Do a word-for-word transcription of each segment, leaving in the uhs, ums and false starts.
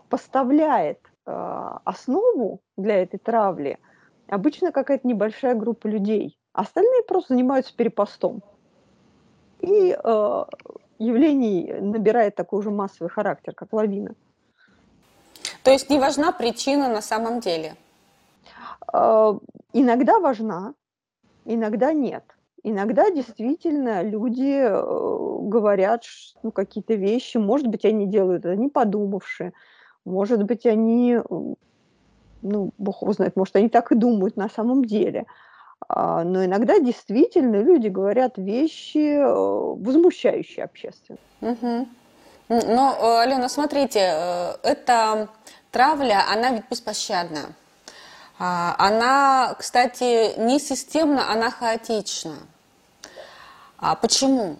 поставляет, а, основу для этой травли обычно какая-то небольшая группа людей. Остальные просто занимаются перепостом. И, а, явление набирает такой уже массовый характер, как лавина. То есть не важна причина на самом деле? А, иногда важна, иногда нет. Иногда действительно люди, э, говорят ш ну, какие-то вещи. Может быть, они делают это не подумавши, может быть, они, м, ну, бог его знает, может, они так и думают на самом деле. А, но иногда действительно люди говорят вещи, э, возмущающие общественность. Мгм. М, но, э, Алена, смотрите, э, эта травля, она ведь беспощадна. А, она, кстати, не системна, она хаотична. А почему?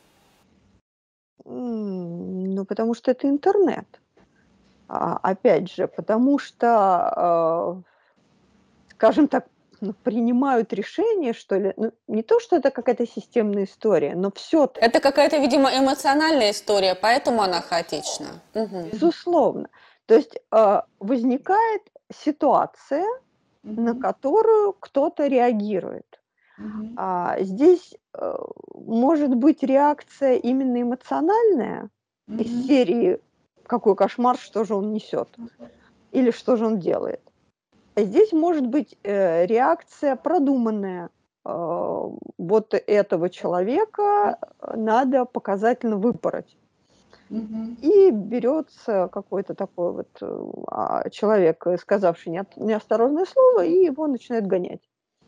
М, ну, потому что это интернет. А, опять же, потому что, а, скажем так, ну, принимают решения, что ли. Ну, не то, что это какая-то системная история, но всё-таки. Это какая-то, видимо, эмоциональная история, поэтому она хаотична. Мгм. Безусловно. То есть, а, возникает ситуация, на Мгм. которую кто-то реагирует. Мгм. А, здесь, э, может быть реакция именно эмоциональная из Мгм. серии: "Какой кошмар, что же он несет?" Или "Что же он делает?" А здесь может быть, э, реакция продуманная. А, вот этого человека надо показательно выпороть. Мгм. И берется какой-то такой вот, э, а, человек, сказавший неот неосторожное слово, и его начинают гонять.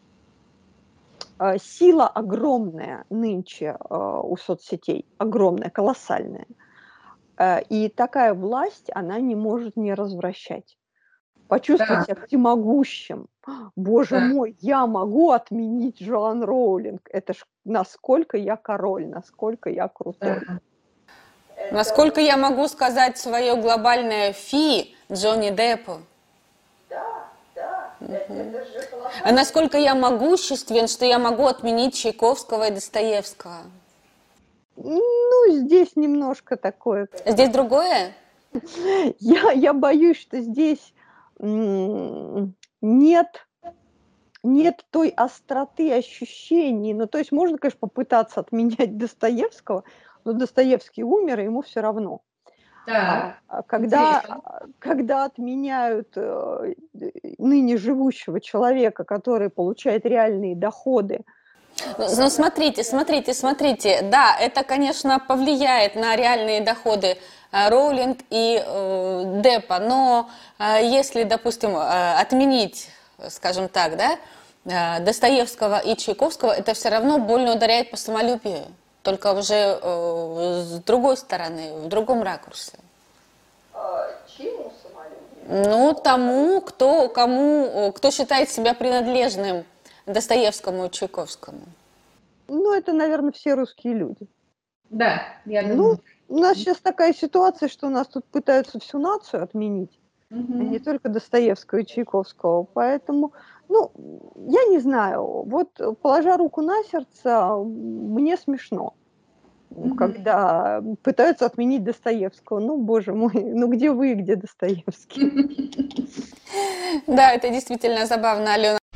А, сила огромная нынче, а, у соцсетей, огромная, колоссальная. А, и такая власть, она не может не развращать. Почувствовать Да. себя всемогущим. Боже Да. мой, я могу отменить Джоан Роулинг. Это ж насколько я король, насколько я крутой. Да. Это Насколько я могу сказать свое глобальное фи Джонни Деппу? Да, да, э это же А колоссально. насколько я могуществен, что я могу отменить Чайковского и Достоевского? Ну, здесь немножко такое. Здесь другое? Я я боюсь, что здесь, м, нет нет той остроты ощущений. Ну, то есть можно, конечно, попытаться отменять Достоевского, но Достоевский умер, и ему всё равно. А, Так, а когда, интересно. а, когда отменяют, э, д ныне живущего человека, который получает реальные доходы. Ну, смотрите, смотрите, смотрите. Да, это, конечно, повлияет на реальные доходы, э, Роулинг и, э, Деппа. Но, э, если, допустим, э, отменить, скажем так, да, э, Достоевского и Чайковского, это всё равно больно ударяет по самолюбию, только уже, э, с другой стороны, в другом ракурсе. А, чьему самолюбию? Ну, тому, кто кому кто считает себя принадлежным Достоевскому и Чайковскому. Ну, это, наверно, все русские люди. Да, я Ну, думаю. у нас щас такая ситуация, что у нас тут пытаются всю нацию отменить, а не Мгм. только Достоевского и Чайковского. Поэтому, ну, я не знаю, вот, положа руку на сердце, мне смешно, Мгм. когда пытаются отменить Достоевского. Ну, боже мой, ну где вы и где Достоевский? Да, это действительно забавно, Алена.